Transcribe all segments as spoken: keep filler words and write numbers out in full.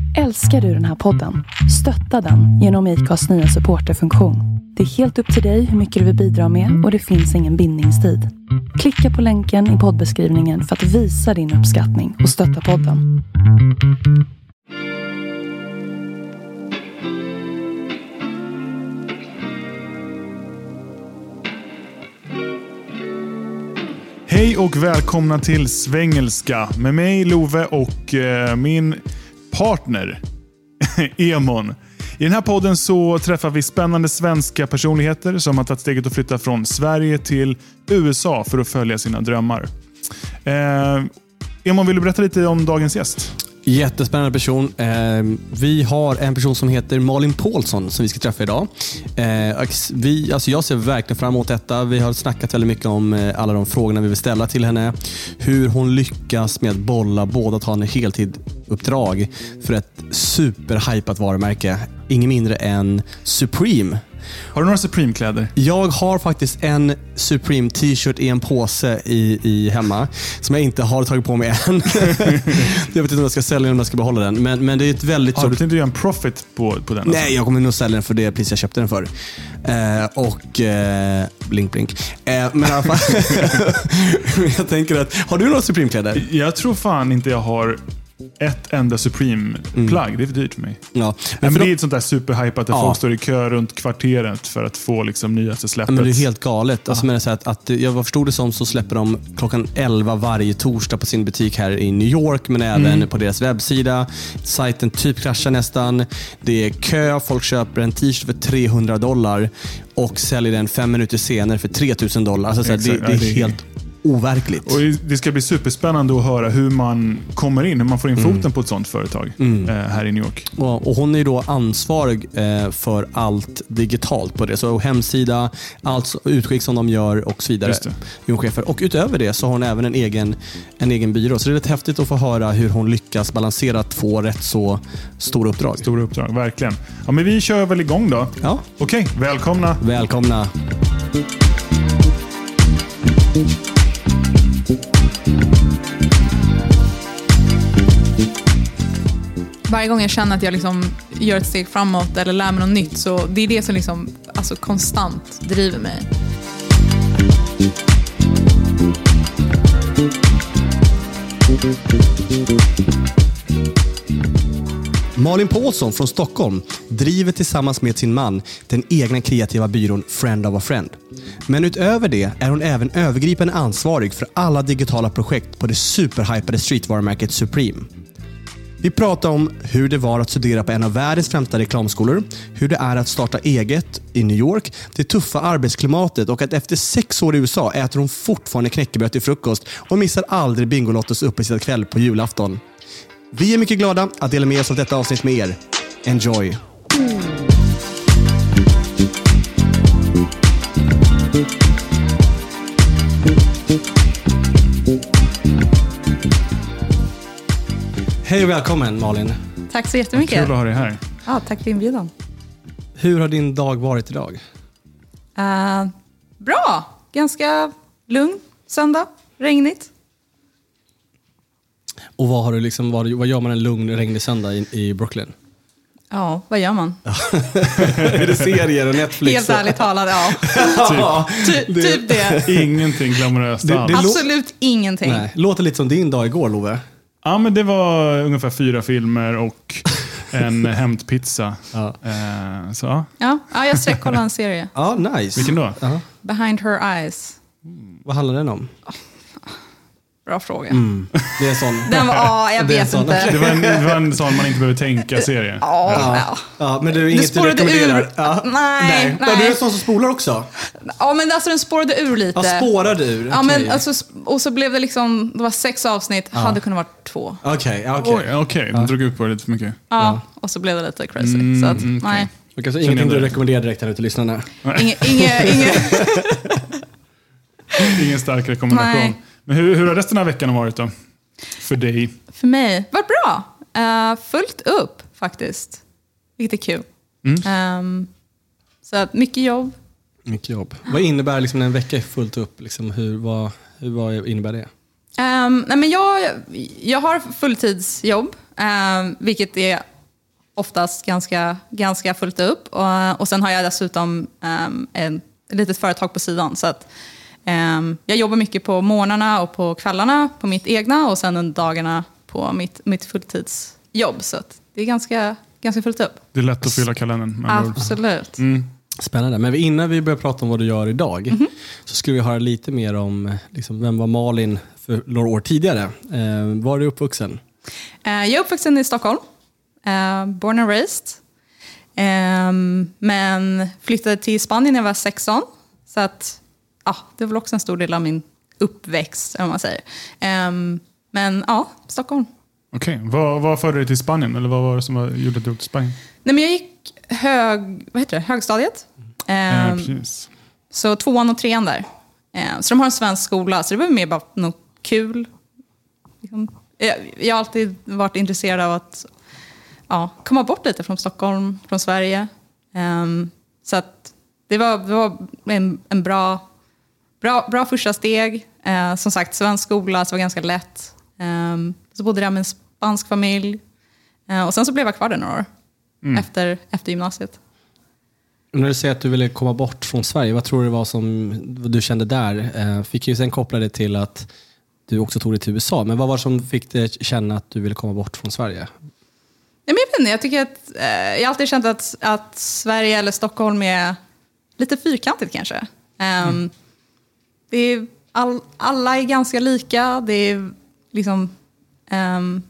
Älskar du den här podden? Stötta den genom ICAs nya supporterfunktion. Det är helt upp till dig hur mycket du vill bidra med och det finns ingen bindningstid. Klicka på länken i poddbeskrivningen för att visa din uppskattning och stötta podden. Hej och välkomna till Svengelska med mig Love och eh, min partner Emon. I den här podden så träffar vi spännande svenska personligheter som har tagit steget att flytta från Sverige till U S A för att följa sina drömmar. Eh, Emon, vill du berätta lite om dagens gäst? Jättespännande person. Eh, vi har en person som heter Malin Paulsson som vi ska träffa idag. Eh, vi, alltså jag ser verkligen fram emot detta. Vi har snackat väldigt mycket om eh, alla de frågorna vi vill ställa till henne. Hur hon lyckas med att bolla båda ta en heltidsuppdrag för ett superhypat varumärke. Ingen mindre än Supreme. Har du några Supreme-kläder? Jag har faktiskt en Supreme t-shirt i en påse i, i hemma som jag inte har tagit på mig än. Jag vet inte om jag ska sälja den eller om jag ska behålla den. Men, men det är ett väldigt... Har du tänkt göra en profit på, på den? Nej, alltså? jag kommer nog sälja den för det pris jag köpte den för. Eh, och... Eh, blink, blink. Eh, men i alla fall... jag tänker att... Har du några Supreme-kläder? Jag tror fan inte jag har... ett enda Supreme-plagg. Mm. Det är för dyrt för mig. Ja. Men, men för det då... är ett sånt där superhypat där ja. folk står i kö runt kvarteret för att få liksom nyaste släppet. Men det är helt galet. Alltså, men så att, att jag förstod det som så släpper de klockan elva varje torsdag på sin butik här i New York, men även mm. på deras webbsida. Sajten typ kraschar nästan. Det är kö. Folk köper en t-shirt för trehundra dollar och säljer den fem minuter senare för tre tusen dollar. Alltså, så här, det, det är ja, det helt overkligt. Och det ska bli superspännande att höra hur man kommer in, hur man får in foten mm. på ett sånt företag mm. eh, här i New York. Och, och hon är ju då ansvarig eh, för allt digitalt på det. Så hemsida, allt utskick som de gör och så vidare. Och utöver det så har hon även en egen, en egen byrå. Så det är lite häftigt att få höra hur hon lyckas balansera två rätt så stora uppdrag. Stora uppdrag, verkligen. Ja, men vi kör väl igång då. Ja. Okej, okay, välkomna. Välkomna. Varje gång jag känner att jag liksom gör ett steg framåt eller lär mig något nytt, så det är det som liksom, alltså, konstant driver mig. Malin Paulsson från Stockholm driver tillsammans med sin man den egna kreativa byrån Friend of a Friend. Men utöver det är hon även övergripande ansvarig för alla digitala projekt på det superhypade streetvarumärket Supreme. Vi pratar om hur det var att studera på en av världens främsta reklamskolor, hur det är att starta eget i New York, det tuffa arbetsklimatet och att efter sex år i U S A äter hon fortfarande knäckebröd till frukost och missar aldrig Bingolottos uppesittarkväll på julafton. Vi är mycket glada att dela med oss av detta avsnitt med er. Enjoy! Hej och välkommen, Malin. Tack så jättemycket. Kul att ha dig här. Ja, tack för inbjudan. Hur har din dag varit idag? Uh, bra. Ganska lugn. Söndag. Regnigt. Och vad, har du liksom, vad, vad gör man en lugn, regnig söndag i, i Brooklyn? Ja, vad gör man? Är det serier och Netflix? Helt ärligt talat, ja. typ, Ty, typ det. Ingenting glamoröst. Det, det Absolut lo- ingenting. Nej. Låter lite som din dag igår, Love. Ja, men det var ungefär fyra filmer och en hämtpizza. Ja. Uh, så. Ja, ja, jag sträckkollade en serie. Ja, nice. Vilken då? Uh-huh. Behind Her Eyes. Mm. Vad handlar den om? Bra fråga. Mm. Det är en sån. Den var, ja, jag vet inte. Det var, en, det var en sån man inte behöver tänka serie. Ja, ja. ja. ja men det är inget du rekommenderar. Ja. Nej, nej. nej. Du är en sån som spolar också. Ja, men alltså den spårade ur lite. Ja, spårade ur. Ja, okay. men alltså, och så blev det liksom, det var sex avsnitt, ja. Hade kunnat vara två. Okej, okay, okej. Okay. Okej, de drog upp på det lite för mycket. Ja, ja. Och så blev det lite crazy. Mm, så att, okay. nej. Okay, så ingenting du rekommenderar direkt här ute till lyssnarna? Inge, inge, inge. Ingen stark rekommendation. Nej. Men hur, hur har resten av veckan varit då? För dig? För mig? Varit bra. Uh, fullt upp faktiskt. Vilket är kul. Mm. Um, så att mycket jobb. Mycket jobb. Vad innebär liksom en vecka fullt upp? Liksom, hur, vad, hur, vad innebär det? Um, nej men jag, jag har fulltidsjobb. Um, vilket är oftast ganska, ganska fullt upp. Och, och sen har jag dessutom um, en, ett litet företag på sidan. Så att, um, jag jobbar mycket på morgnarna och på kvällarna på mitt egna. Och sen under dagarna på mitt, mitt fulltidsjobb. Så att det är ganska, ganska fullt upp. Det är lätt att fylla kalendern. Absolut. Mm. Spännande. Men innan vi börjar prata om vad du gör idag mm-hmm. så skulle vi höra lite mer om liksom, vem var Malin för några år tidigare. Eh, var är du uppvuxen? Eh, jag är uppvuxen i Stockholm. Uh, born and raised. Um, men flyttade till Spanien när jag var sexton. Så att, ja, det var väl också en stor del av min uppväxt, om man säger. Um, men ja, Stockholm. Okej, okay. vad, vad förde dig till Spanien? Eller vad var det som var, gjorde att du åkte till Spanien? Nej, men jag gick hög, vad heter det? högstadiet. Um, ja, precis. Så tvåan och trean där. Um, så de har en svensk skola, så det var mer bara något kul. Liksom, jag, jag har alltid varit intresserad av att ja, komma bort lite från Stockholm, från Sverige. Um, så att det var, det var en, en bra, bra, bra första steg. Uh, som sagt, svensk skola, så var ganska lätt. Um, så bodde jag med en spansk familj. Uh, och sen så blev jag kvar där några år. Mm. Efter, efter gymnasiet. När du säger att du ville komma bort från Sverige, vad tror du var som vad du kände där? Uh, fick ju sen koppla det till att du också tog dig till U S A. Men vad var det som fick dig känna att du ville komma bort från Sverige? Jag vet inte, jag tycker att eh, jag har alltid känt att, att Sverige eller Stockholm är lite fyrkantigt kanske. Um, mm. det är all, alla är ganska lika, det är liksom um,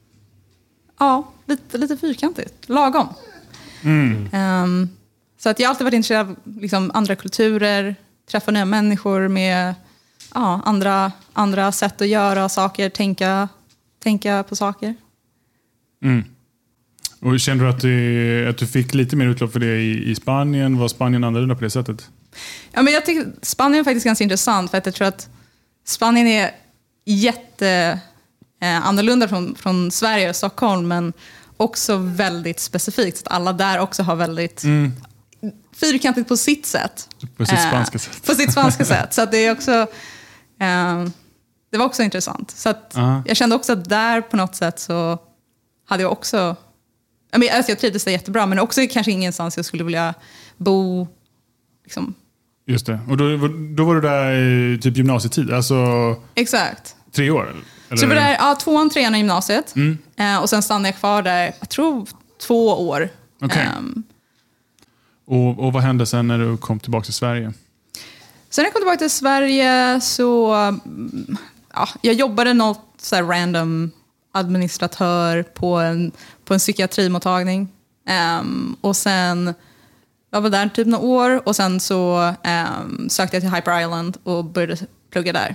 ja, lite, lite fyrkantigt, lagom. Mm. Um, så att jag har alltid varit intresserad av liksom, andra kulturer, träffa nya människor med ja, andra, andra sätt att göra saker, tänka, tänka på saker. Mm. Och kände du att du, att du fick lite mer utlopp för det i, i Spanien? Var Spanien annorlunda på det sättet? Ja, men jag tycker Spanien är faktiskt ganska intressant. För att jag tror att Spanien är jätte eh, annorlunda från, från Sverige och Stockholm. Men också väldigt specifikt. Så att alla där också har väldigt mm. fyrkantigt på sitt sätt. På sitt spanska sätt. Eh, på sitt spanska sätt. Så att det är också... Eh, det var också intressant. Så att uh-huh. jag kände också att där på något sätt så hade jag också... Jag, men, alltså jag trivdes där jättebra, men också kanske ingenstans jag skulle vilja bo. Liksom. Just det. Och då, då var du där i typ gymnasietid? Alltså exakt. Tre år? Eller? Så jag var där ja, tvåan, trean i gymnasiet. Mm. Eh, och sen stannade jag kvar där, jag tror två år. Okay. Um, och, och vad hände sen när du kom tillbaka till Sverige? Sen när jag kom tillbaka till Sverige så... Ja, jag jobbade något så här random administratör på en, på en psykiatrimottagning. Um, och sen jag var där typ några år och sen så um, sökte jag till Hyper Island och började plugga där.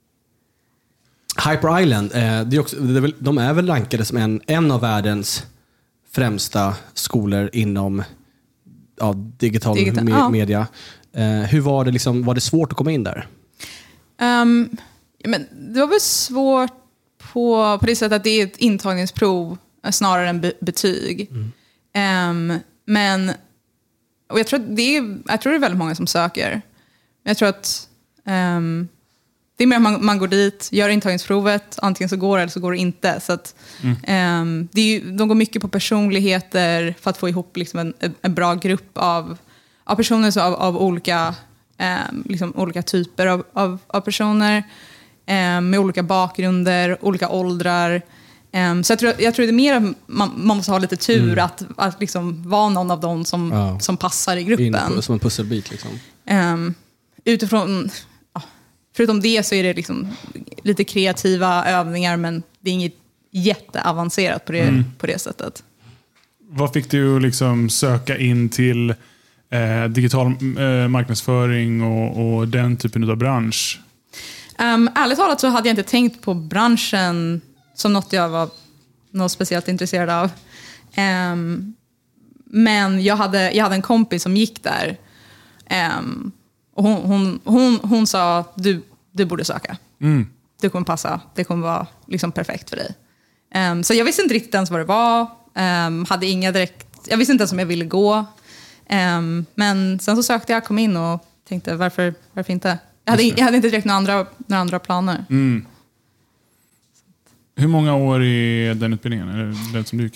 Hyper Island, eh, det är också, det är väl, de är väl rankade som en, en av världens främsta skolor inom ja, digital, digital me- ja. media. Eh, hur var det liksom, var det svårt att komma in där? Um, men det var väl svårt På, på det sättet att det är ett intagningsprov snarare än be- betyg. Mm. Um, men och jag, tror det är, jag tror det är väldigt många som söker. Jag tror att um, det är mer att man, man går dit, gör intagningsprovet, antingen så går det eller så går det inte. Så att, mm. um, det är ju, de går mycket på personligheter för att få ihop liksom en, en bra grupp av, av personer så av, av olika, um, liksom olika typer av, av, av personer. Med olika bakgrunder, olika åldrar. Så jag tror, jag tror det är mer att man, man måste ha lite tur mm. att, att liksom vara någon av dem som, ja. som passar i gruppen. In, som en pusselbit liksom. Um, utifrån, ja, förutom det så är det liksom lite kreativa övningar, men det är inget jätteavancerat på det, mm. på det sättet. Vad fick du liksom söka in till eh, digital eh, marknadsföring och, och den typen av bransch? Um, ärligt talat så hade jag inte tänkt på branschen som något jag var något speciellt intresserad av. Um, men jag hade, jag hade en kompis som gick där. Um, och hon, hon, hon, hon sa, du, du borde söka. Mm. Du kommer passa, det kommer vara liksom perfekt för dig. Um, så jag visste inte riktigt ens vad det var. Um, hade inga direkt, jag visste inte ens om jag ville gå. Um, men sen så sökte jag, kom in och tänkte, varför, varför inte? Jag hade, jag hade inte direkt några andra, några andra planer. Mm. Hur många år är den utbildningen? Eller den som du gick i?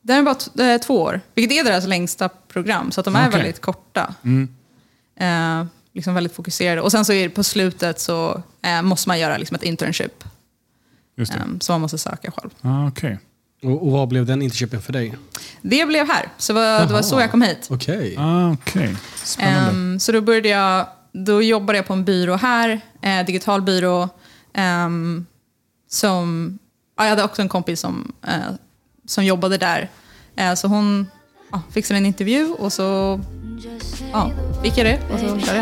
Den är bara t- äh, två år, vilket är deras längsta program. Så att de är Okay. väldigt korta. Mm. Eh, liksom väldigt fokuserade. Och sen så är det på slutet så eh, måste man göra liksom ett internship. Just det. Eh, som man måste söka själv. Ah, okej. Och, och vad blev den internshipen för dig? Det blev här. Så var, det var Jaha. så jag kom hit. Okej. Ah, okej. Spännande. Um, så då började jag, då jobbade jag på en byrå här, eh, digital byrå. Um, som, ja, jag hade också en kompis som, eh, som jobbade där. Eh, så hon ja, fixade en intervju och så ja, fick jag det och så körde jag.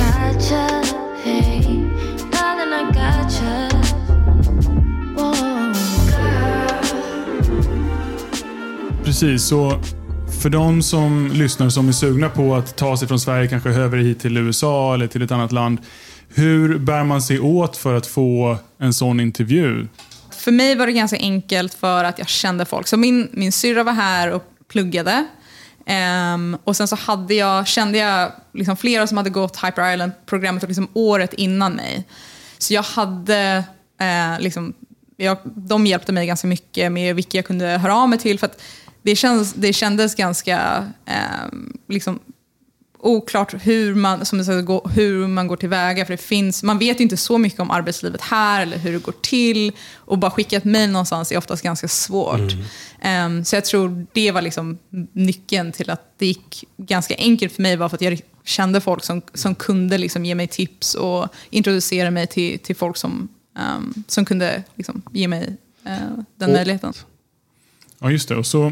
Precis, så för de som lyssnar som är sugna på att ta sig från Sverige kanske över hit till U S A eller till ett annat land. Hur bär man sig åt för att få en sån intervju? För mig var det ganska enkelt för att jag kände folk. Så min, min syrra var här och pluggade. Um, och sen så hade jag, kände jag liksom flera som hade gått Hyper Island-programmet liksom året innan mig. Så jag hade... Eh, liksom, jag, de hjälpte mig ganska mycket med vilka jag kunde höra av mig till. För att det, känns, det kändes ganska... Eh, liksom, oklart hur man, som det ska gå, hur man går tillväga. För det finns, man vet ju inte så mycket om arbetslivet här eller hur det går till. Och bara skicka ett mejl någonstans är oftast ganska svårt. Mm. Um, så jag tror det var liksom nyckeln till att det gick ganska enkelt för mig. Var för att jag kände folk som, som kunde liksom ge mig tips och introducera mig till, till folk som, um, som kunde liksom ge mig uh, den och, möjligheten. Ja, just det. Och så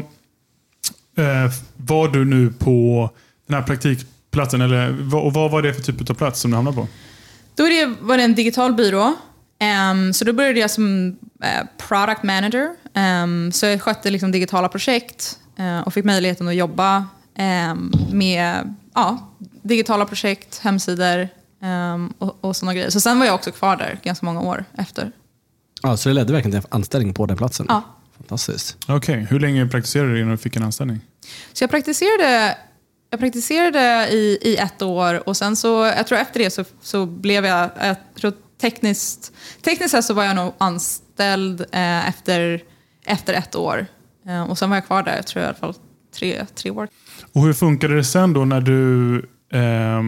eh, var du nu på den här praktikplatsen, eller, och vad var det för typ av plats som du hamnade på? Då var det, var det en digital byrå. Um, så då började jag som uh, product manager. Um, så jag skötte liksom digitala projekt uh, och fick möjligheten att jobba um, med ja, digitala projekt, hemsidor um, och, och sådana grejer. Så sen var jag också kvar där ganska många år efter. Ja, så det ledde verkligen till anställning på den platsen? Ja. Fantastiskt. Okej, okay. Hur länge praktiserade du innan du fick en anställning? Så jag praktiserade, jag praktiserade i, i ett år och sen så, jag tror efter det så, så blev jag, jag tror tekniskt, tekniskt sett så var jag nog anställd eh, efter, efter ett år. Eh, och sen var jag kvar där, jag tror i alla fall tre, tre år. Och hur funkade det sen då när du eh,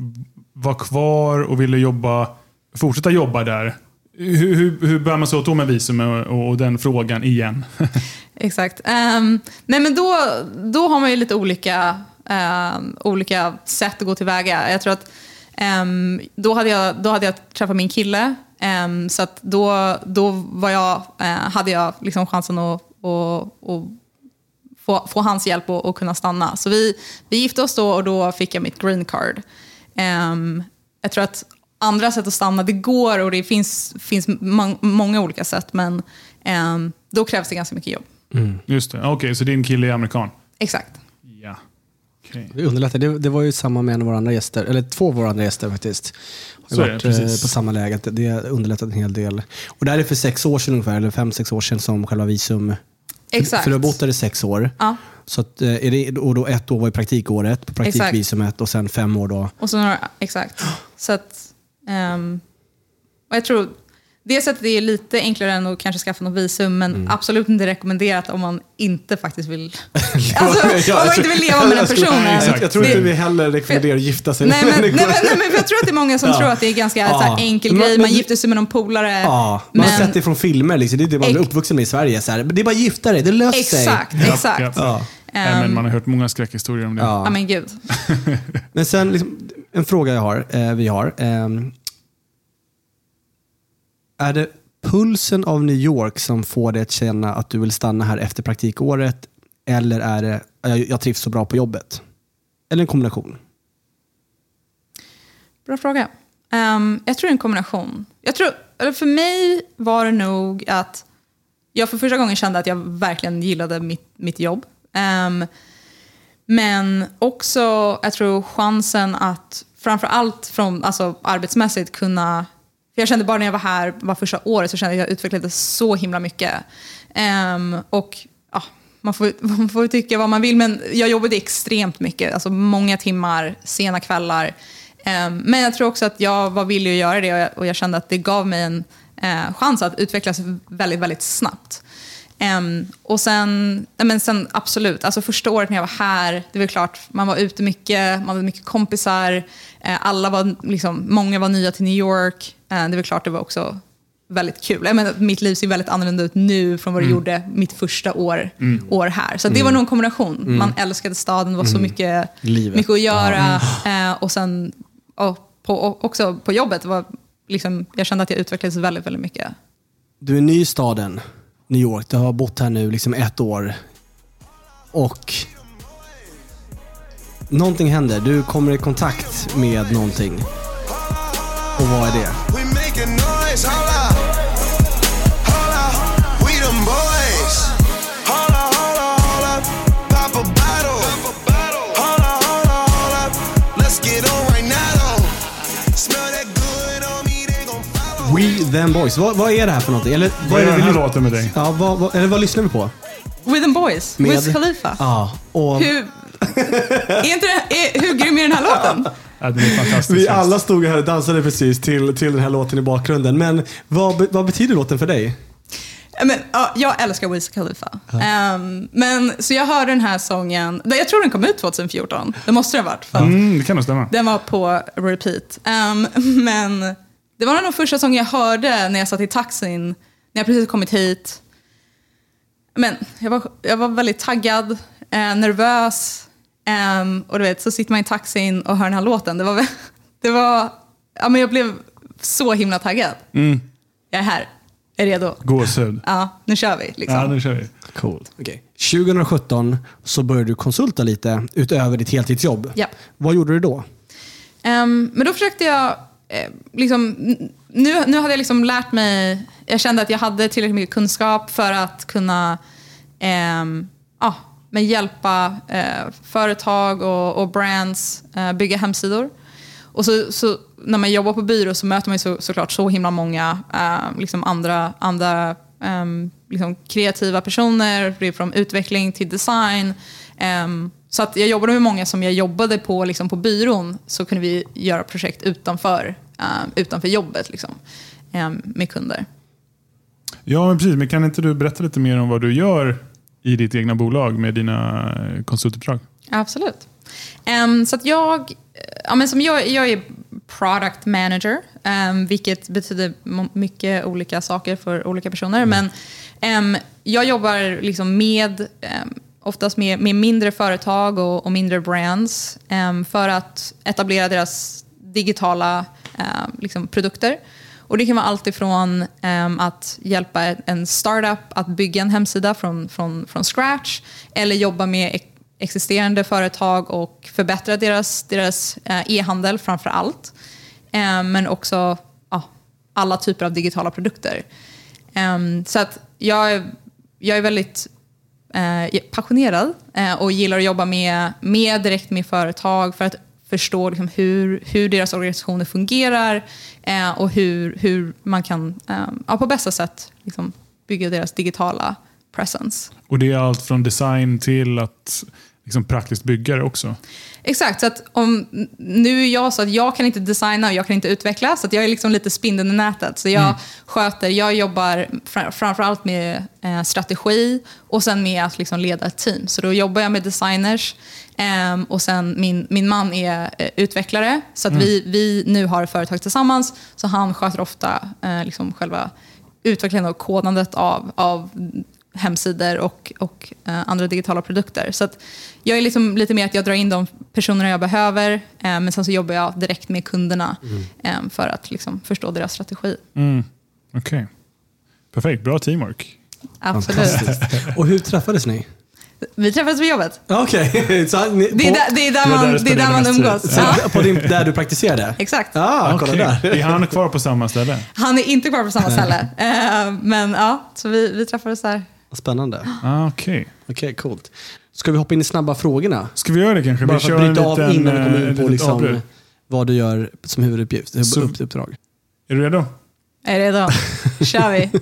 var kvar och ville jobba, fortsätta jobba där? Hur, hur, hur bär man sig åt då med visum och, och den frågan igen? Exakt. Um, nej men då, då har man ju lite olika, um, olika sätt att gå tillväga. Jag tror att um, då, hade jag, då hade jag träffat min kille. Um, så att då, då var jag, uh, hade jag liksom chansen att, att, att få, få hans hjälp och, och kunna stanna. Så vi, vi gifte oss då och då fick jag mitt green card. Um, jag tror att andra sätt att stanna, det går och det finns, finns må- många olika sätt, men um, då krävs det ganska mycket jobb. Mm. Just det, okej, okay, så din kille är amerikan? Exakt. Ja. Okay. Det underlättar. Det, det var ju samma med en av våra andra gäster, eller två av våra andra gäster faktiskt. Har så varit är det, på samma läge. Det har underlättat en hel del. Och det här är för sex år sedan ungefär, eller fem, sex år sedan som själva visum. Exakt. För du har bott där i sex år. Ja. Så att, är det, och då ett år var i praktikåret, på praktikvisumet och sen fem år då. Och så några, exakt. Så att, um, och jag tror det sättet är lite enklare än att kanske skaffa något visum, men mm. absolut inte rekommenderat om man inte faktiskt vill alltså, om man inte vill leva med den personen. Jag, jag, jag tror inte vi heller rekommenderar att gifta sig. Nej, men, nej, men, nej, men jag tror att det är många som ja. tror att det är ganska ja. så här, enkel grej. Man gifter sig med någon polare. Ja, man har sett det från filmer. Liksom. Det är det man är uppvuxen med i Sverige. Så här. Det är bara gifta dig, det löser exakt, sig. Exakt, exakt. Ja, ja. Ja. Um, men man har hört många skräckhistorier om det. Ja, ja men gud. Men sen, liksom, en fråga jag har, eh, vi har. Eh, är det pulsen av New York som får dig att känna att du vill stanna här efter praktikåret, eller är det jag, jag trivs så bra på jobbet? Eller en kombination? Bra fråga. Um, jag tror en kombination. Jag tror, eller för mig var det nog att jag för första gången kände att jag verkligen gillade mitt, mitt jobb. Um, men också, jag tror chansen att framförallt från alltså, arbetsmässigt kunna... För jag kände bara när jag var här var första året så kände jag att jag utvecklade så himla mycket. Um, och ja, man får, man får tycka vad man vill, men jag jobbade extremt mycket. Alltså många timmar, sena kvällar. Um, men jag tror också att jag var villig att göra det och jag, och jag kände att det gav mig en uh, chans att utvecklas väldigt, väldigt snabbt. Um, och sen, nej men sen absolut, alltså första året när jag var här, det var klart, man var ute mycket, man hade mycket kompisar, uh, alla var liksom, många var nya till New York, uh, det var klart det var också väldigt kul. Jag menar, mitt liv ser väldigt annorlunda ut nu från vad det mm. gjorde mitt första år, mm. år här. Så det mm. var nog en kombination. Mm. Man älskade staden, det var mm. så mycket, mycket att göra. Ja. Uh, och sen och på, och också på jobbet, var liksom, jag kände att jag utvecklades väldigt, väldigt mycket. Du är ny i staden, New York. Du har bott här nu liksom ett år. Och någonting händer. Du kommer i kontakt med någonting. Och vad är det? We Them Boys. Vad, vad är det här för någonting? Eller, vad, vad är den här låten med dig? Ja, vad, vad, eller vad lyssnar vi på? We Them Boys. Med Wiz Khalifa. Ja, och hur, är inte det, är, hur grym är den här låten? Ja, det är fantastiskt. Vi alla stod här och dansade precis till, till den här låten i bakgrunden. Men vad, vad betyder låten för dig? Men, ja, jag älskar Wiz Khalifa. Ja. Um, men, så jag hörde den här sången. Jag tror den kom ut tjugohundrafjorton. Det måste det ha varit. För mm, det kan nog stämma. Den var på repeat. Um, men det var den första sången jag hörde när jag satt i taxin. När jag precis kommit hit. Men jag var, jag var väldigt taggad. Eh, nervös. Um, och du vet, så sitter man i taxin och hör den här låten. Det var, det var ja, men jag blev så himla taggad. Mm. Jag är här. Är redo? Gåshud. Ja, nu kör vi. Liksom. Ja, nu kör vi. Cool. Okay. tjugohundrasjutton så började du konsulta lite utöver ditt heltidsjobb. Ja. Vad gjorde du då? Um, men då försökte jag, eh, liksom, nu, nu hade jag liksom lärt mig, jag kände att jag hade tillräckligt mycket kunskap för att kunna eh, ah, men hjälpa eh, företag och, och brands eh, bygga hemsidor. Och så, så när man jobbar på byrå så möter man ju så, såklart så himla många eh, liksom andra, andra eh, liksom kreativa personer, från utveckling till design. Eh, så att jag jobbade med många som jag jobbade på, liksom på byrån, så kunde vi göra projekt utanför, eh, utanför jobbet liksom, eh, med kunder. Ja, men precis. Men kan inte du berätta lite mer om vad du gör i ditt egna bolag med dina konsultuppdrag? Absolut. Um, så att jag, ja, men som jag, jag är product manager, um, vilket betyder mycket olika saker för olika personer. Mm. Men um, jag jobbar liksom med, um, oftast med, med mindre företag och, och mindre brands um, för att etablera deras digitala um, liksom produkter. Och det kan vara allt ifrån um, att hjälpa en startup att bygga en hemsida från, från, från scratch, eller jobba med existerande företag och förbättra deras, deras eh, e-handel framför allt. Eh, men också ja, alla typer av digitala produkter. Eh, så att jag, jag är väldigt eh, passionerad eh, och gillar att jobba med, med direkt med företag för att förstå liksom, hur, hur deras organisationer fungerar eh, och hur, hur man kan eh, ja, på bästa sätt liksom, bygga deras digitala presence. Och det är allt från design till att liksom praktiskt bygga det också. Exakt, så att om, nu är jag så att jag kan inte designa och jag kan inte utveckla, så att jag är liksom lite spindeln i nätet. Så jag mm. sköter, jag jobbar fr- framförallt med eh, strategi och sen med att liksom leda ett team. Så då jobbar jag med designers eh, och sen min, min man är eh, utvecklare. Så att mm. vi, vi nu har ett företag tillsammans, så han sköter ofta eh, liksom själva utvecklingen och kodandet av, av hemsidor och, och eh, andra digitala produkter. Så att jag är liksom lite mer att jag drar in de personerna jag behöver, eh, men sen så jobbar jag direkt med kunderna mm. eh, för att liksom förstå deras strategi. Mm. Okej. Okay. Perfekt. Bra teamwork. Absolut. Och hur träffades ni? Vi träffades på jobbet. Okej. Okay. Det, det är där man, det är där man umgås. Ja. På din, där du praktiserade? Exakt. Ah, kolla okay. där. Är han kvar på samma ställe? Han är inte kvar på samma ställe. uh, men ja, så vi, vi träffades där. Spännande. Ah, Okej. Okay. Okej, okay, coolt. Ska vi hoppa in i snabba frågorna? Ska vi göra det kanske? Bara vi för att bryta av liten, innan vi kommer in på liksom vad du gör som huvuduppgift. Så, uppdrag. Är du redo? Jag är redo. Kör vi.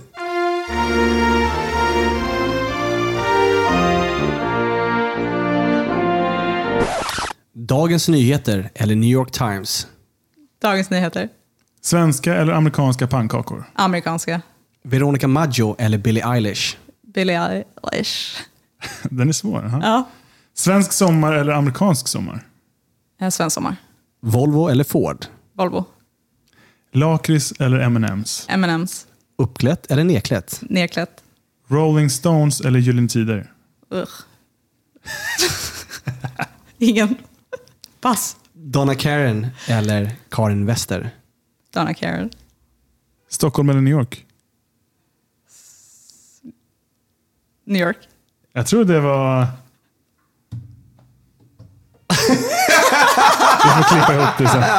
Dagens Nyheter eller New York Times? Dagens Nyheter. Svenska eller amerikanska pannkakor? Amerikanska. Veronica Maggio eller Billie Eilish? Billie Eilish. Den är svår. Aha. Ja. Svensk sommar eller amerikansk sommar? Eh, Svensk sommar. Volvo eller Ford? Volvo. Lakrits eller M and M's? M and M's. Uppklätt eller nedklätt? Nerklätt. Rolling Stones eller Gyllene Tider? Ugh. Ingen. Pass. Donna Karen eller Karin Wester? Donna Karen. Stockholm eller New York? New York. Jag tror det var... Vi får klippa ihop det sen.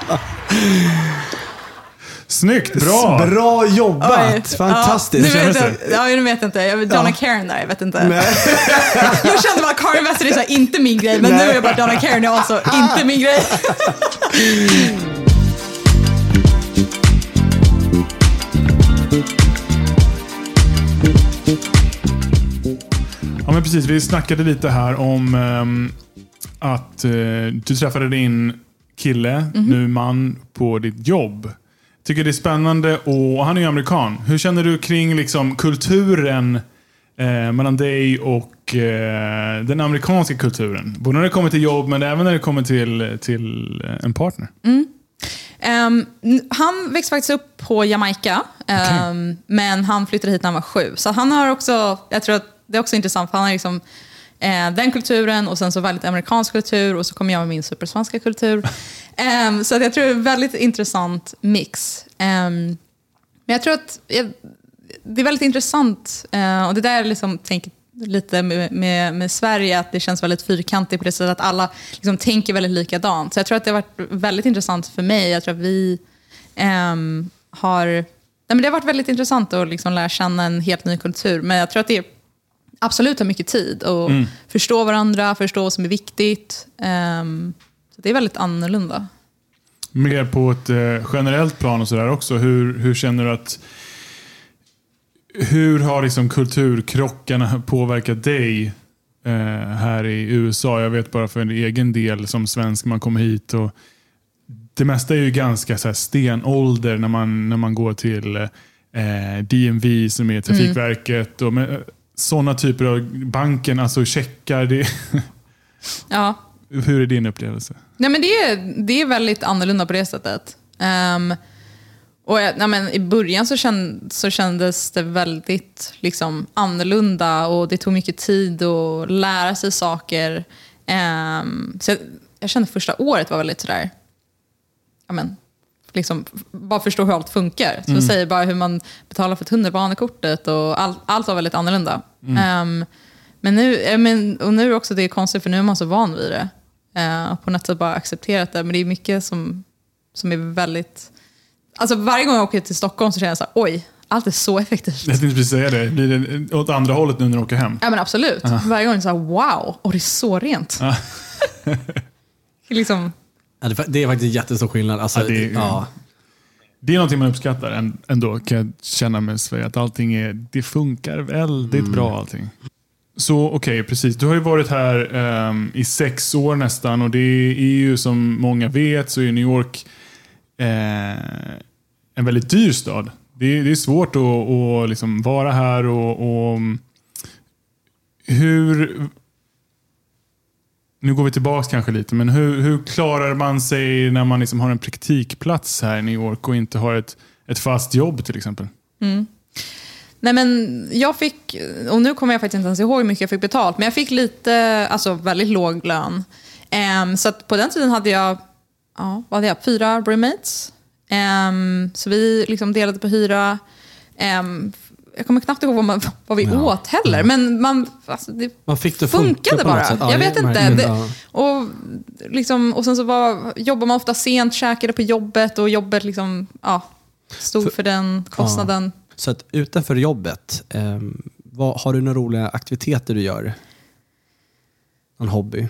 Snyggt, bra! Bra jobbat! Oj. Fantastiskt! Ja, nu vet Känner jag, ja, nu vet jag inte. Jag, Donna Ja. Karen där, jag vet inte. Nej. Jag kände bara Karin Wester är så här, inte min grej, men Nej. nu är jag bara Donna Karen är alltså inte min grej. Ja, men precis. Vi snackade lite här om um, att uh, du träffade din kille, mm-hmm. nu man, på ditt jobb. Tycker det är spännande, och han är ju amerikan. Hur känner du kring liksom, kulturen eh, mellan dig och eh, den amerikanska kulturen? Både när det kommer till jobb, men även när det kommer till, till en partner. Mm. Um, han växte faktiskt upp på Jamaica, Okay. um, men han flyttade hit när han var sju. Så han har också, jag tror att det är också intressant, för han har liksom eh, den kulturen och sen så väldigt amerikansk kultur, och så kommer jag med min supersvenska kultur. um, så att jag tror det är en väldigt intressant mix. Um, men jag tror att jag, det är väldigt intressant, uh, och det där liksom tänker lite med, med, med Sverige, att det känns väldigt fyrkantigt på det sättet att alla liksom tänker väldigt likadant. Så jag tror att det har varit väldigt intressant för mig. Jag tror att vi um, har... Nej, men det har varit väldigt intressant att liksom lära känna en helt ny kultur. Men jag tror att det absolut tar mycket tid att mm. förstå varandra, förstå vad som är viktigt. Um, så det är väldigt annorlunda. Mer på ett eh, generellt plan och sådär också. Hur, hur känner du att... Hur har liksom kulturkrockarna påverkat dig eh, här i U S A? Jag vet bara för en egen del som svensk, man kommer hit och det mesta är ju ganska så här stenålder när man, när man går till eh, D M V som är Trafikverket, mm. och med, sådana typer av banken, alltså checkar. Det, ja. Hur är din upplevelse? Nej, men det, är, det är väldigt annorlunda på det sättet. Um, Och ja, men i början så, känd, så kändes det väldigt liksom, annorlunda, och det tog mycket tid att lära sig saker. Um, så jag, jag kände första året var väldigt sådär, ja, men, liksom, bara förstå hur allt funkar. Så mm. jag säger bara hur man betalar för tunnelbanekortet, och all, allt var väldigt annorlunda. Mm. Um, men nu, men, och nu också det är konstigt, för nu är man så van vid det. Uh, på något sätt bara accepterat det. Men det är mycket som, som är väldigt... Alltså varje gång jag åker till Stockholm så känner jag så här, oj, allt är så effektivt. Jag tänkte precis säga det. Blir det åt andra hållet nu när du åker hem? Ja, men absolut. Uh. Varje gång är det så här, wow, och det är så rent. Uh. liksom. Ja, det är faktiskt jättestor skillnad. Alltså, ja, det, är, ja. det är någonting man uppskattar ändå, kan jag känna med Sverige. Att allting är, det funkar väldigt mm. bra allting. Så okej, okay, precis. Du har ju varit här um, i sex år nästan, och det är ju som många vet så är New York Eh, en väldigt dyr stad. Det är, det är svårt att, att liksom vara här och, och hur... Nu går vi tillbaka kanske lite, men hur, hur klarar man sig när man liksom har en praktikplats här i New York och inte har ett, ett fast jobb till exempel? Mm. Nej, men jag fick, och nu kommer jag faktiskt inte ens ihåg hur mycket jag fick betalt, men jag fick lite, alltså väldigt låg lön. Um, så att på den tiden hade jag Ja, vad hade jag? Fyra roommates. Um, så vi liksom delade på hyra. Um, jag kommer knappt ihåg vad, man, vad vi ja. åt heller. Ja. Men man, alltså, det, man fick det funkade bara. Ja, jag vet det, inte. Det, ja. och, liksom, och sen så var, jobbar man ofta sent, käkade på jobbet. Och jobbet liksom, ja, stod för, för den kostnaden. Ja. Så att utanför jobbet, um, vad, har du några roliga aktiviteter du gör? Någon hobby?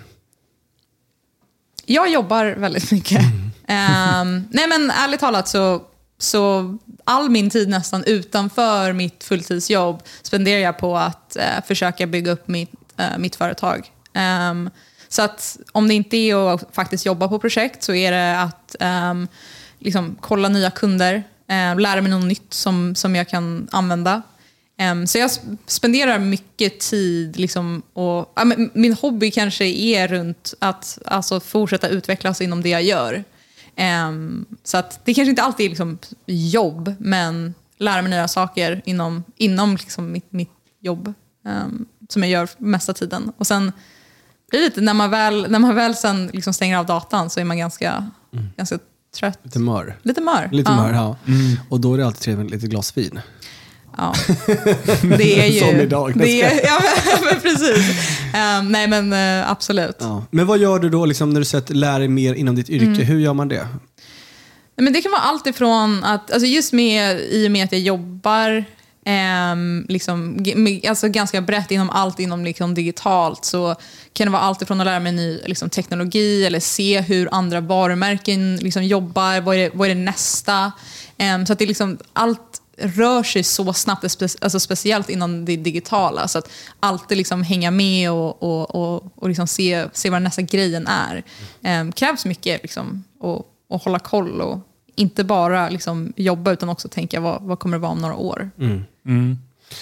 Jag jobbar väldigt mycket. Mm. um, nej men ärligt talat så, så all min tid nästan utanför mitt fulltidsjobb spenderar jag på att uh, försöka bygga upp mitt, uh, mitt företag. Um, så att om det inte är att faktiskt jobba på projekt, så är det att um, liksom kolla nya kunder, uh, lära mig något nytt som, som jag kan använda. Um, så jag spenderar mycket tid liksom, och ja, men min hobby kanske är runt att alltså, fortsätta utvecklas inom det jag gör. Um, så att det kanske inte alltid är liksom, jobb, men lära mig nya saker inom, inom liksom, mitt, mitt jobb um, som jag gör mesta tiden. Och sen blir det lite, när man väl, när man väl sen liksom stänger av datan så är man ganska, mm. ganska trött. Lite mör. Lite mör. Lite ja. mör, ja. Mm. Och då är det alltid trevligt med lite glas vin. Ja, det är ju... Som idag. Det är, ja, men precis. Um, nej, men uh, absolut. Ja. Men vad gör du då liksom, när du säger att lära dig mer inom ditt yrke? Mm. Hur gör man det? Men det kan vara allt ifrån att, alltså just med, i och med att jag jobbar um, liksom, alltså ganska brett inom allt inom liksom, digitalt, så kan det vara allt ifrån att lära mig ny liksom, teknologi eller se hur andra varumärken liksom, jobbar, vad är det, vad är det nästa? Um, så att det är liksom allt rör sig så snabbt, alltså speciellt inom det digitala, så att alltid liksom hänga med och, och, och, och liksom se, se vad nästa grejen är. Um, krävs mycket liksom, och, och hålla koll och inte bara liksom jobba utan också tänka vad, vad kommer det vara om några år. Mm. Mm.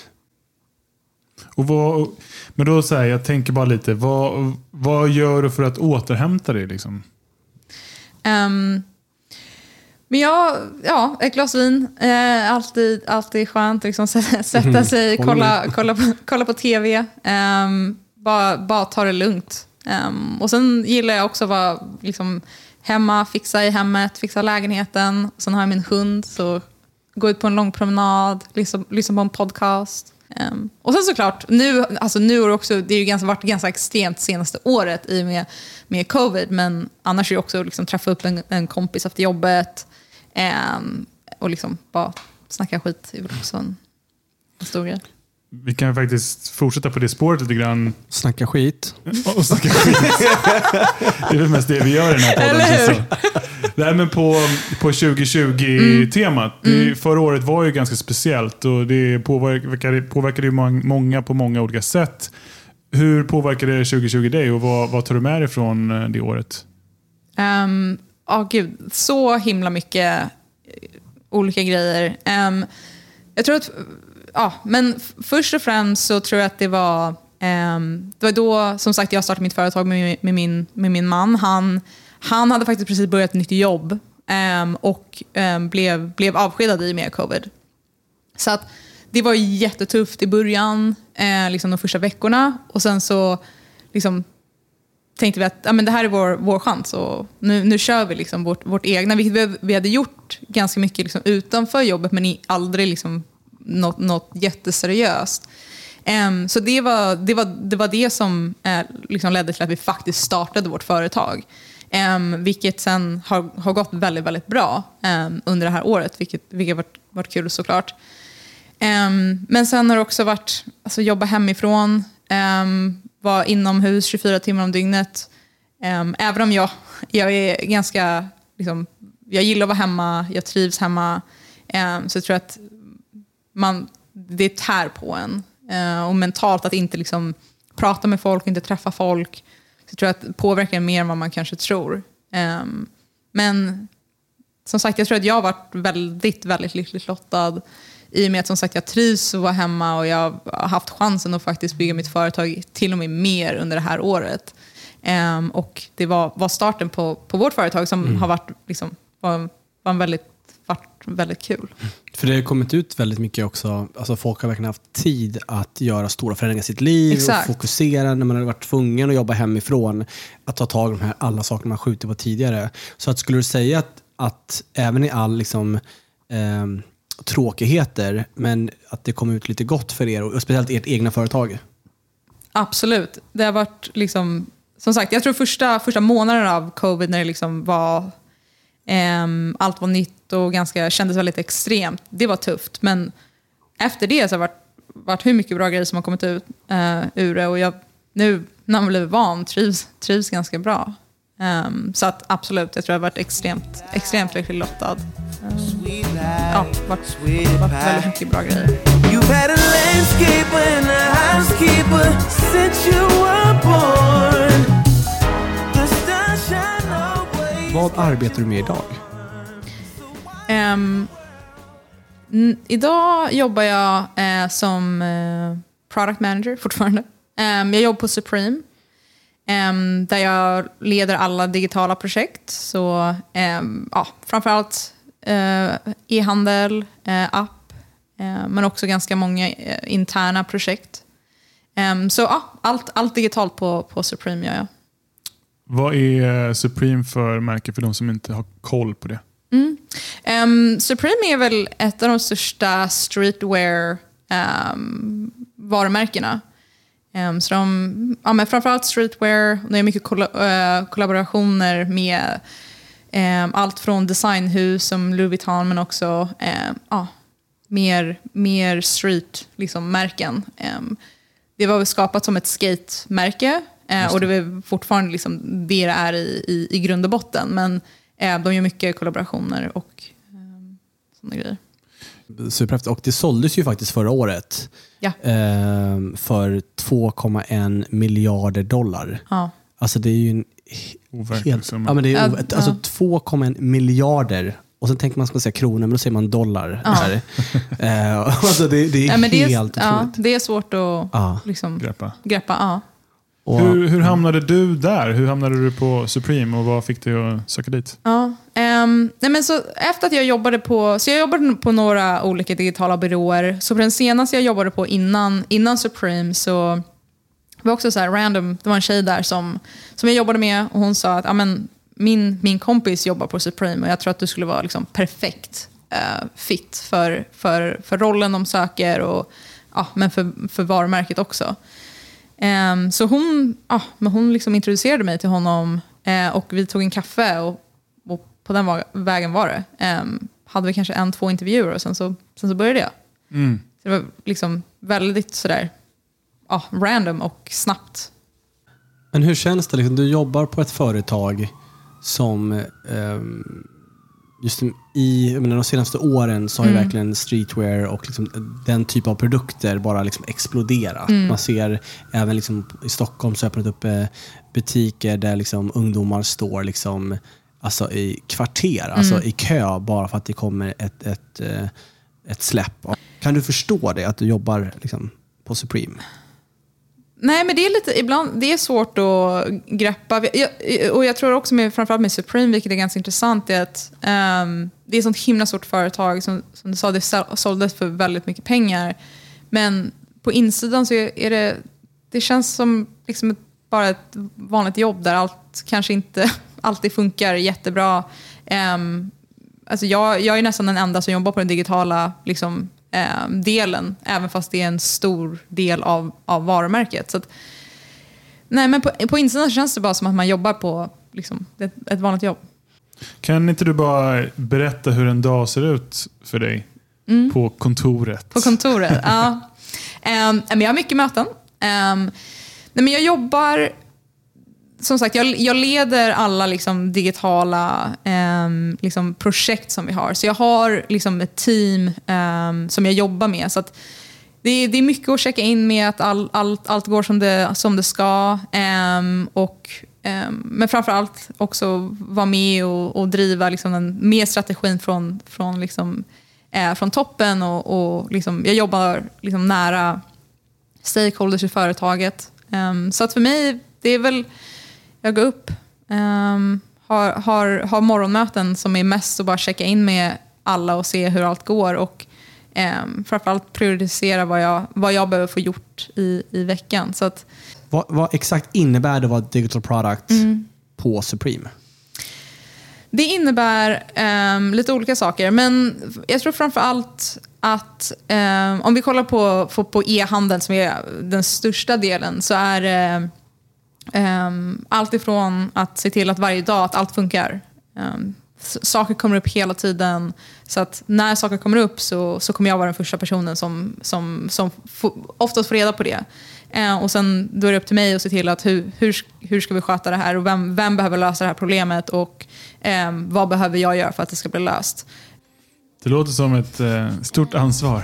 Och vad, men då säger jag, jag tänker bara lite, vad, vad gör du för att återhämta dig liksom? Um, Men jag, ja, ett glas vin, eh, alltid, alltid skönt liksom, sätta sig, kolla, kolla, på, kolla på tv, eh, bara, bara ta det lugnt. Eh, och sen gillar jag också att vara liksom, hemma, fixa i hemmet, fixa lägenheten. Sen har jag min hund, så gå ut på en lång promenad, lyssna, lyssna på en podcast. Eh, och sen såklart, nu, alltså nu är det också, det har ju ganska, varit ganska extremt senaste året i med, med covid, men annars är det också liksom, träffa upp en, en kompis efter jobbet. Um, och liksom bara snacka skit är väl också en, en stor grej. Vi kan faktiskt fortsätta på det spåret lite grann. Snacka skit. Och snacka skit. Det är väl mest det vi gör i den här podden. Eller hur? Det här med på, på tjugo tjugo-temat. Mm. Mm. Förra året var ju ganska speciellt och det påverkade, påverkade ju många på många olika sätt. Hur påverkade tjugo tjugo dig och vad, vad tar du med dig från det året? Um, oh, gud, så himla mycket olika grejer. Um, jag tror att ja, men f- först och främst så tror jag att det var um, det var då som sagt jag startade mitt företag med, med, min, med min man. Han, han hade faktiskt precis börjat ett nytt jobb um, och um, blev, blev avskedad i med covid. Så att det var jättetufft i början, eh, liksom de första veckorna, och sen så liksom tänkte vi att ja, men det här är vår, vår chans och nu, nu kör vi liksom vårt, vårt egna, vilket vi, vi hade gjort ganska mycket liksom utanför jobbet, men aldrig liksom något, något jätteseriöst. Um, så det var, det var det var det som uh, liksom ledde till att vi faktiskt startade vårt företag. Um, vilket sen har, har gått väldigt, väldigt bra um, under det här året, vilket, vilket har varit, varit kul såklart. Um, men sen har det också varit alltså, jobba hemifrån, um, vara inomhus tjugofyra timmar om dygnet. Um, även om jag, jag är ganska, liksom, jag gillar att vara hemma, jag trivs hemma, um, så jag tror att man, det tär på en. Uh, och mentalt att inte liksom, prata med folk, inte träffa folk. Så jag tror att det påverkar mer än vad man kanske tror. Um, men som sagt, jag tror att jag har varit väldigt, väldigt lyckligt lottad. I och med att som sagt jag trivs att vara hemma och jag har haft chansen att faktiskt bygga mitt företag till och med mer under det här året. Um, och det var, var starten på, på vårt företag som mm. har varit, liksom, var, var en väldigt, varit väldigt kul. För det har kommit ut väldigt mycket också, alltså folk har verkligen haft tid att göra stora förändringar i sitt liv. Exakt. Och fokusera när man har varit tvungen att jobba hemifrån, att ta tag i de här alla saker man skjutit på tidigare. Så att skulle du säga att, att även i all liksom eh, tråkigheter, men att det kom ut lite gott för er och speciellt ert egna företag? Absolut. Det har varit liksom, som sagt, jag tror första, första månaden av covid när det liksom var um, allt var nytt och ganska, kändes väldigt extremt. Det var tufft, men efter det så har det varit, varit hur mycket bra grejer som har kommit ut uh, ur det, och jag nu när man blivit van trivs, trivs ganska bra. Um, så att absolut, jag tror jag har varit extremt, extremt lyckligt lottad. Um, ja, varit, varit väldigt mycket bra grejer. You've had a landscaper and a housekeeper since you were born. The stars shine away. Vad arbetar du med idag? Um, N- idag jobbar jag eh, som eh, product manager fortfarande. Um, jag jobbar på Supreme. Um, där jag leder alla digitala projekt. Så um, ja, framförallt uh, e-handel, uh, app. Uh, men också ganska många uh, interna projekt. Um, så ja, allt, allt digitalt på, på Supreme gör jag. Vad är Supreme för märke för de som inte har koll på det? Mm. Um, Supreme är väl ett av de största streetwear um, varumärkena. Um, så de, ja, men framförallt streetwear. Det är mycket kolla- uh, kollaborationer med um, allt från designhus som Louis Vuitton, men också um, ja, mer, mer street liksom, märken. Um, det var väl skapat som ett skatemärke. Uh, och det är fortfarande liksom det det är i, i, i grund och botten. Men uh, de gör mycket kollaborationer och um, sådana grejer. Superhäftigt. Och det såldes ju faktiskt förra året Ja. eh, för två komma en miljarder dollar. Ja. Alltså det är ju en Overklig helt, summa. ja, men det är, Ja, ov- alltså ja. två komma en miljarder. Och sen tänker man ska säga kronor, men då säger man dollar. Ja. Där. eh, alltså det, det är Ja, men det, helt är, ja, otroligt. det är svårt att Ja. liksom, Greppa. greppa. Ja. Och, Hur, hur hamnade du där? Hur hamnade du på Supreme och vad fick dig att söka dit? Ja, ehm, nej men så efter att jag jobbade på, så jag jobbade på några olika digitala byråer. Så på den senaste jag jobbade på innan, innan Supreme så var också så här random. Det var en tjej där som, som jag jobbade med och hon sa att ja, men, min, min kompis jobbar på Supreme och jag tror att du skulle vara liksom perfekt eh, fit för, för, för rollen de söker och ja, men för, för varumärket också. Um, så hon, ah, men hon liksom introducerade mig till honom eh, och vi tog en kaffe och, och på den va- vägen var det. Um, hade vi kanske en, två intervjuer och sen så, sen så började jag. Mm. Så det var liksom väldigt sådär ah, random och snabbt. Men hur känns det? Liksom, du jobbar på ett företag som ehm, just i jag menar, de senaste åren så har ju Mm. verkligen streetwear och liksom, den typ av produkter bara liksom exploderat. Mm. Man ser även liksom, i Stockholm så har öppnat upp eh, butiker där liksom, ungdomar står liksom, alltså, i kvarter, alltså Mm. i kö bara för att det kommer ett, ett, eh, ett släpp. Kan du förstå det, att du jobbar liksom, på Supreme? Nej, men det är lite, ibland, det är svårt att greppa. Jag, och jag tror också med, framförallt med Supreme, vilket är ganska intressant, är att um, det är ett sånt himla stort företag. Som, som du sa, det såldes för väldigt mycket pengar. Men på insidan så är det, det känns som liksom ett, bara ett vanligt jobb där allt kanske inte alltid funkar jättebra. Um, alltså jag, jag är nästan den enda som jobbar på den digitala liksom, eh, delen, även fast det är en stor del av, av varumärket. Så att, nej, men på, på insidan känns det bara som att man jobbar på liksom, ett, ett vanligt jobb. Kan inte du bara berätta hur en dag ser ut för dig Mm. på kontoret? På kontoret, ja. Um, men jag har mycket möten. Um, nej, men jag jobbar, som sagt, jag, jag leder alla liksom, digitala um, liksom, projekt som vi har. Så jag har liksom, ett team um, som jag jobbar med. Så att det, är, det är mycket att checka in med att all, allt, allt går som det, som det ska. Um, och, um, men framförallt också vara med och, och driva liksom, den, mer strategin från, från liksom, Eh, från toppen och, och liksom, jag jobbar liksom nära stakeholders i företaget. Um, så att för mig, det är väl, jag går upp, um, har, har, har morgonmöten som är mest att bara checka in med alla och se hur allt går och um, framförallt prioritera vad jag, vad jag behöver få gjort i, i veckan. Så att, Vad, vad exakt innebär det att vara digital product Mm. på Supreme? Det innebär um, lite olika saker, men jag tror framför allt att um, om vi kollar på, på, på e-handel som är den största delen, så är det um, allt ifrån att se till att varje dag att allt funkar. Um, saker kommer upp hela tiden, så att när saker kommer upp så, så kommer jag vara den första personen som, som, som f- oftast får reda på det. Eh, och sen då är det upp till mig att se till att hur, hur, hur ska vi sköta det här och vem, vem behöver lösa det här problemet och eh, vad behöver jag göra för att det ska bli löst. Det låter som ett eh, stort ansvar.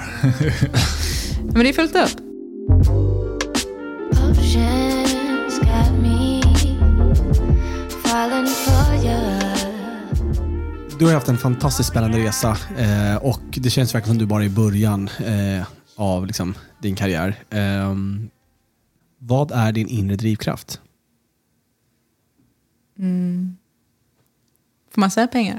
Men det är fullt upp. Oceans got me falling for you. Du har haft en fantastiskt spännande resa eh, och det känns verkligen som du bara är i början eh, av liksom, din karriär. Eh, vad är din inre drivkraft? Mm. Får man säga pengar?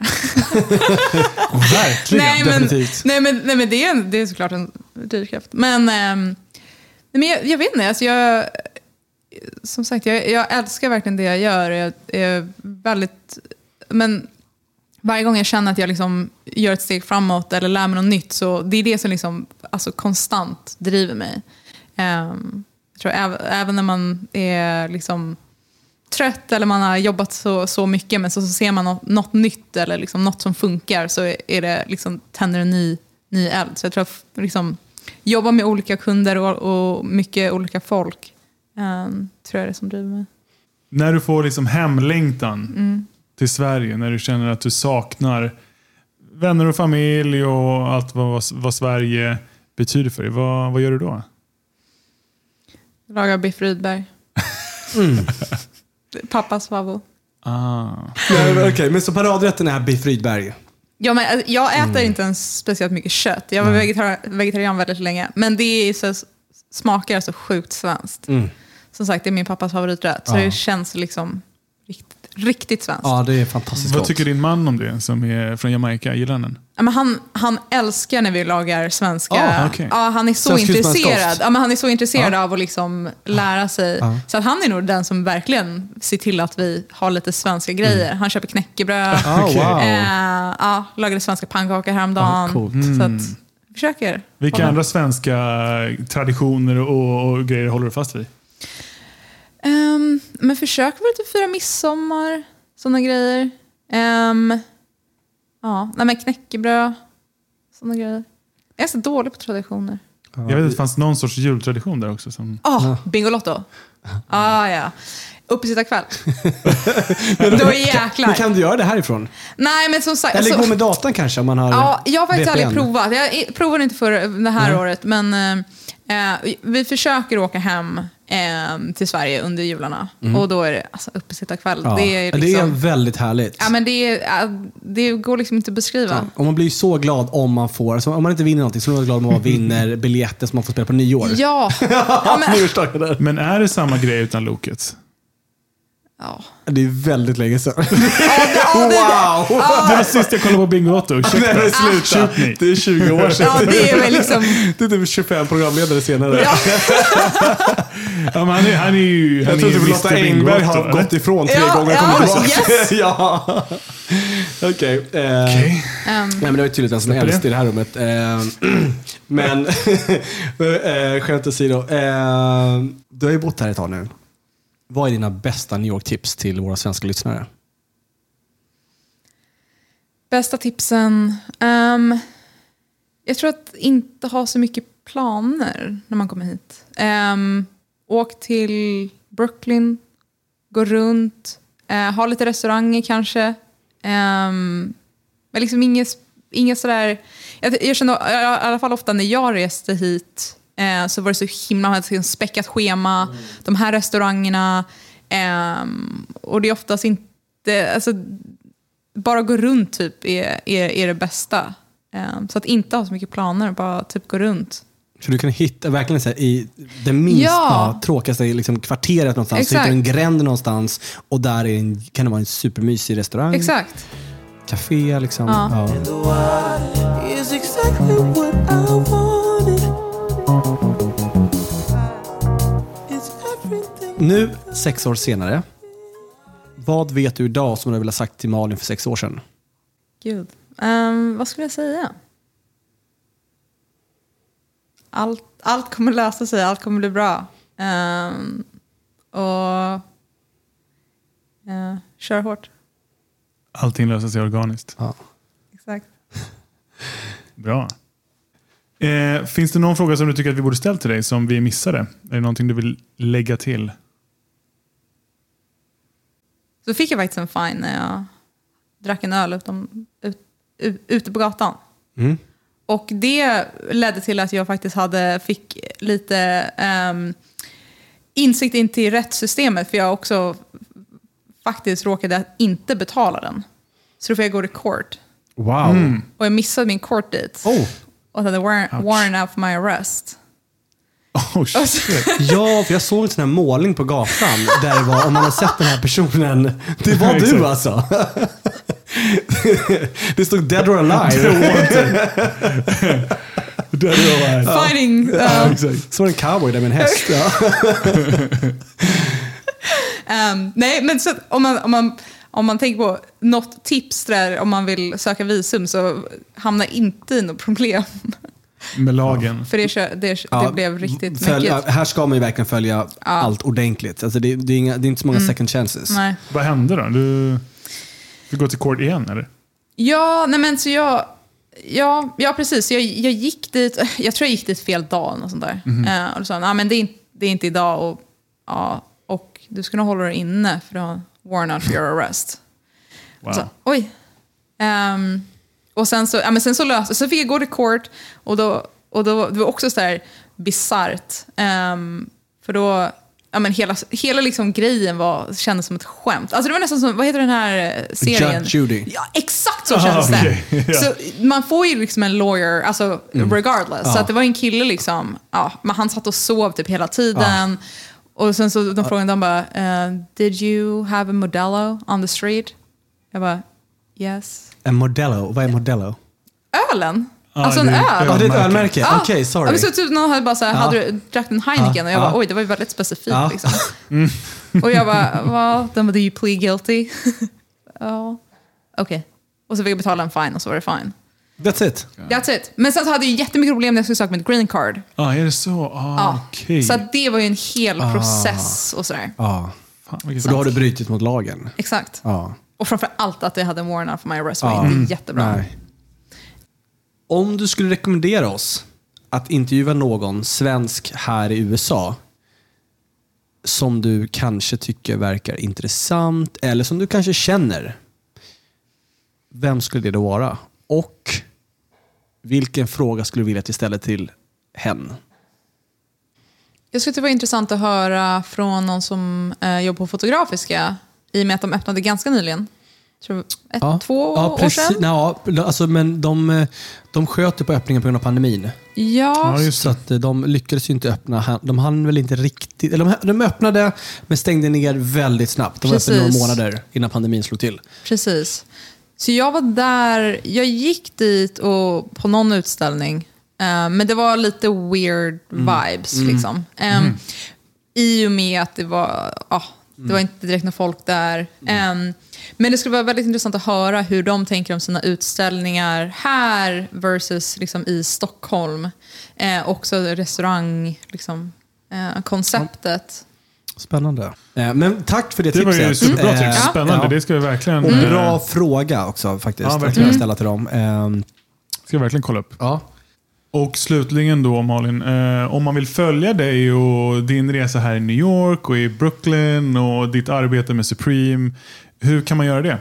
Verkligen, nej, men, definitivt. Nej, men, nej, men det, är, det är såklart en drivkraft. Men, ähm, men jag, jag vet inte. Alltså jag, som sagt, jag, jag älskar verkligen det jag gör. Jag är väldigt... Men varje gång jag känner att jag liksom gör ett steg framåt eller lär mig något nytt, så det är det som liksom, alltså, konstant driver mig. Ähm, jag tror äv, även när man är liksom... trött eller man har jobbat så, så mycket, men så, så ser man något, något nytt eller liksom något som funkar, så är det liksom tänder en ny, ny eld. Så jag tror att liksom, jobba med olika kunder och, och mycket olika folk um, tror jag är det som driver mig. När du får liksom hemlängtan mm. till Sverige, när du känner att du saknar vänner och familj och allt vad, vad Sverige betyder för dig, vad, vad gör du då? Lagar biff Rydberg. Mm. Pappas favorit. Ah. Ja, Okej, okay, men så paradrätten är biff Rydberg. Ja, men jag äter mm. inte ens speciellt mycket kött. Jag var mm. vegetarian, vegetarian väldigt länge. Men det är så, smakar så sjukt svenskt. Mm. Som sagt, det är min pappas favoriträtt. Så ja. Det känns liksom riktigt, riktigt svenskt. Ja, det är fantastiskt. Vad gott. tycker din man om det, som är från Jamaica? Gillar han den? Ja, men han, han älskar när vi lagar svenska. Ah, okay. Ja, han är så intresserad. Ja, men han är så intresserad ah. av att liksom lära sig. Ah. Så att han är nog den som verkligen ser till att vi har lite svenska grejer. Mm. Han köper knäckebröd. Ah, wow. eh, ja, lagade svenska pannkakor häromdagen. Ah, coolt. Mm. Så att Mm. försöker. Vilka hålla. andra svenska traditioner och, och grejer håller du fast vid? Um, men försöker väl typ fira midsommar. Sådana grejer. Um, ja, nej, men knäckebröd. Sådana grejer. Jag är så dålig på traditioner. Jag vet att det fanns någon sorts jultradition där också. Som... Oh, Bingolotto. Ah, ja. Uppesittarkväll. Då jäklar. Men kan du göra det härifrån? Nej, men som sagt... Eller alltså, gå med datan kanske om man har... Ja, jag har faktiskt V P N. aldrig provat. Jag provade inte för det här Nej. året. Men eh, vi försöker åka hem eh, till Sverige under jularna. Mm. Och då är det alltså, uppesittarkväll. Ja. Det är liksom, det är väldigt härligt. Ja, men det, är, det går liksom inte att beskriva. Ja. Och man blir så glad om man får... Alltså, om man inte vinner någonting så är man glad om man vinner biljetter som man får spela på nyår. Ja. Ja, men... men är det samma grej utan loket? Ja. Det är väldigt länge sedan. Ja, det, ja, det, wow! ja. Det var sist jag kollade på Bingolotto. Nej, men sluta. Det är tjugo år sedan. Ja, det är väl liksom... Det är typ tjugofem programledare senare. Ja. Ja, men han är, han är ju... Jag han tror är att Lotta Engberg har eller? gått ifrån tre Ja, gånger. ja, Yes. yes. Ja. Okej. Okay. Uh, okay. Um. Nej, men det var tydligt att han är äldst i det här rummet. Uh, men uh, skämt åsido. Uh, du har ju bott här ett tag nu. Vad är dina bästa New York-tips till våra svenska lyssnare? Bästa tipsen? Um, jag tror att inte ha så mycket planer när man kommer hit. Um, åk till Brooklyn, gå runt, uh, ha lite restauranger kanske. Um, men liksom inget, inget sådär... Jag, jag känner i alla fall ofta när jag reste hit eh, så var det så himla man hade ett späckat schema. Mm. De här restaurangerna. Eh, och det är oftast inte... Alltså, bara gå runt typ är, är, är det bästa. Eh, så att inte ha så mycket planer, bara typ gå runt. Så du kan hitta verkligen så här, i det minsta ja. tråkigaste liksom, kvarteret någonstans. Exakt. Så hittar du en gränd någonstans och där är en, kan det vara en supermysig restaurang. Exakt. Café liksom. Ja. Ja. Nu, sex år senare. Vad vet du idag som du ville ha sagt till Malin för sex år sedan? Gud. Um, vad skulle jag säga? Allt, allt kommer lösa sig, allt kommer bli bra. Um, och uh, kör hårt. Allting löser sig organiskt. Ja. Exakt. Bra. Eh, finns det någon fråga som du tycker att vi borde ställa till dig som vi missade? Är det någonting du vill lägga till? Så fick jag faktiskt en fine när jag drack en öl utom, ut, ut, ute på gatan. Mm. Och det ledde till att jag faktiskt hade, fick lite um, insikt in till rättssystemet. För jag också faktiskt råkade inte betala den. Så då får jag gå till court. Wow. Mm. Och jag missade min court date. Oh. Och hade warrant, warrant out for my arrest. Oh, shit. Ja, för jag såg en sån här målning på gatan där det var, om man har sett den här personen, det var du alltså. Det stod dead or alive. Dead or alive. Fighting. Uh, Ja, exakt. Så var det en cowboy där med en häst. Ja. um, nej, men så att om man, om man om man tänker på något tips där om man vill söka visum så hamna inte i något problem. Med lagen. För det, det, det Ja, blev riktigt följa, mycket. här ska man ju verkligen följa Ja. allt ordentligt. Alltså det, det, är inga, det är inte så många Mm. second chances. Nej. Vad hände då? Du, du går till court igen, eller? Ja, nej men så jag... Ja, ja precis. Jag, jag gick dit... Jag tror jag gick dit fel dag och sånt där. Mm-hmm. Eh, och då sa han, ah, men det är, inte, det är inte idag. Och, ja, och du ska nog hålla dig inne för att ha warrant out for your arrest. Wow. Så, oj. Um, och sen så, ja, men sen så löste så fick jag gå till court. Och då, och då det var också så där bizarrt. Um, för då... Ja, men hela hela liksom grejen var, kändes som ett skämt. Alltså det var nästan som, vad heter den här serien? Judge Judy. Ja, exakt så Ah, känns det. okay. Ja. Så man får ju liksom en lawyer, alltså regardless. Ja. Så att det var en kille liksom, ja, men han satt och sov typ hela tiden. Och sen så de frågade de bara, uh, did you have a Modelo on the street? Jag bara, yes. En Modelo, vad är Modelo? Ölen? Ja, alltså en det är öl? Ja, det är ett ölmärke. Ja. Okej, okay, sorry. Ja, så typ någon hade bara så här, Ja. hade du drack en Heineken? Ja. Och jag bara, Ja. oj, det var ju väldigt specifikt Ja. liksom. Och jag bara, well, then do you plead guilty? Ja, okej. Okay. Och så fick jag betala en fine och så var det fine. That's it. That's it. Men sen så hade jag jättemycket problem när jag skulle söka mitt green card. Ja, ah, är det så? Ah, Ja. okej. Så att det var ju en hel process och sådär. Ja. Fan, vilket För då har du brutit mot lagen. Exakt. Ja. Och framför allt att jag hade en warrant out for my arrest var Ja. inte jättebra. Nej. Om du skulle rekommendera oss att intervjua någon svensk här i U S A som du kanske tycker verkar intressant eller som du kanske känner, vem skulle det då vara? Och vilken fråga skulle du vilja att vi ställer till hen? Jag skulle tycka det var intressant att höra från någon som eh, jobbar på Fotografiska i och med att de öppnade ganska nyligen. Tror ett, Ja. två ja, år precis. sedan. Ja, alltså, men de, de sköter på öppningen på grund av pandemin. Ja, Ja, just Så att de lyckades ju inte öppna. De hann väl inte riktigt. Eller de, de öppnade men stängde ner väldigt snabbt. De var öppna några Precis. månader innan pandemin slog till. precis. Så jag var där, jag gick dit och på någon utställning. eh, men det var lite weird vibes liksom. Um, I och med att det var, ja, det var inte direkt någon folk där. Um, men det skulle vara väldigt intressant att höra hur de tänker om sina utställningar här versus liksom i Stockholm. Eh, också restaurang, liksom, eh, konceptet. Spännande. Eh, Men tack för det, Det tipset. var ju superbra Eh, tips. Spännande. ja. Det ska vi verkligen... Och eh, bra fråga också faktiskt. Ja, att verkligen. jag ställa till dem. Eh, Ska vi verkligen kolla upp. Ja. Och slutligen då, Malin, eh, om man vill följa dig och din resa här i New York och i Brooklyn och ditt arbete med Supreme, hur kan man göra det?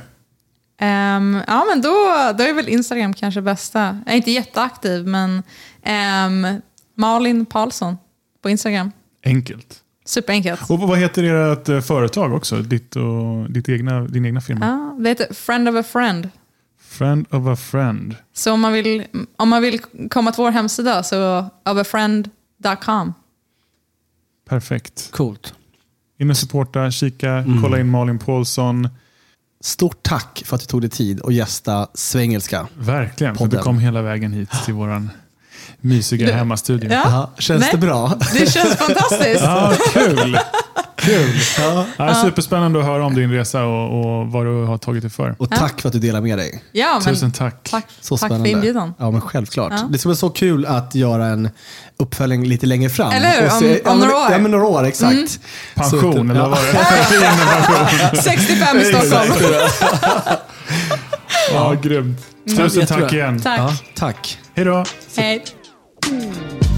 Um, ja, men då, då är väl Instagram kanske bästa. Jag är inte jätteaktiv, men um, Malin Paulsson på Instagram. Enkelt. Superenkelt. Och vad heter ert eh, företag också? Ditt och, ditt egna, din egna firma? Ja, det heter Friend of a Friend. Friend of a friend. Så om man vill, om man vill komma till vår hemsida så of a friend dot com. Perfekt. Coolt. In och supporta, kika, kolla in Malin Paulsson. Stort tack för att du tog dig tid att gästa Svengelska. Verkligen, för att du Podden. kom hela vägen hit till våran mysiga Du- hemmastudio. Ja. Ja, känns Nej. det bra? Det känns fantastiskt. Ja, kul! Kul! Ja. Ja, superspännande att höra om din resa och, och vad du har tagit dig för. Och tack för att du delar med dig. Ja, men Tusen tack. tack, Så tack spännande. för inbjudan. Ja, men självklart. Ja. Det ska vara så kul att göra en uppföljning lite längre fram. Eller hur? Och Om- se- om ja, men- några år. Ja, men några år, exakt. Pension, Så att- eller ja. vad var det? sextiofem i Stockholm. Ja, grymt. Tusen jättebra. tack igen. Tack. Ja, tack. Hej då! Hej.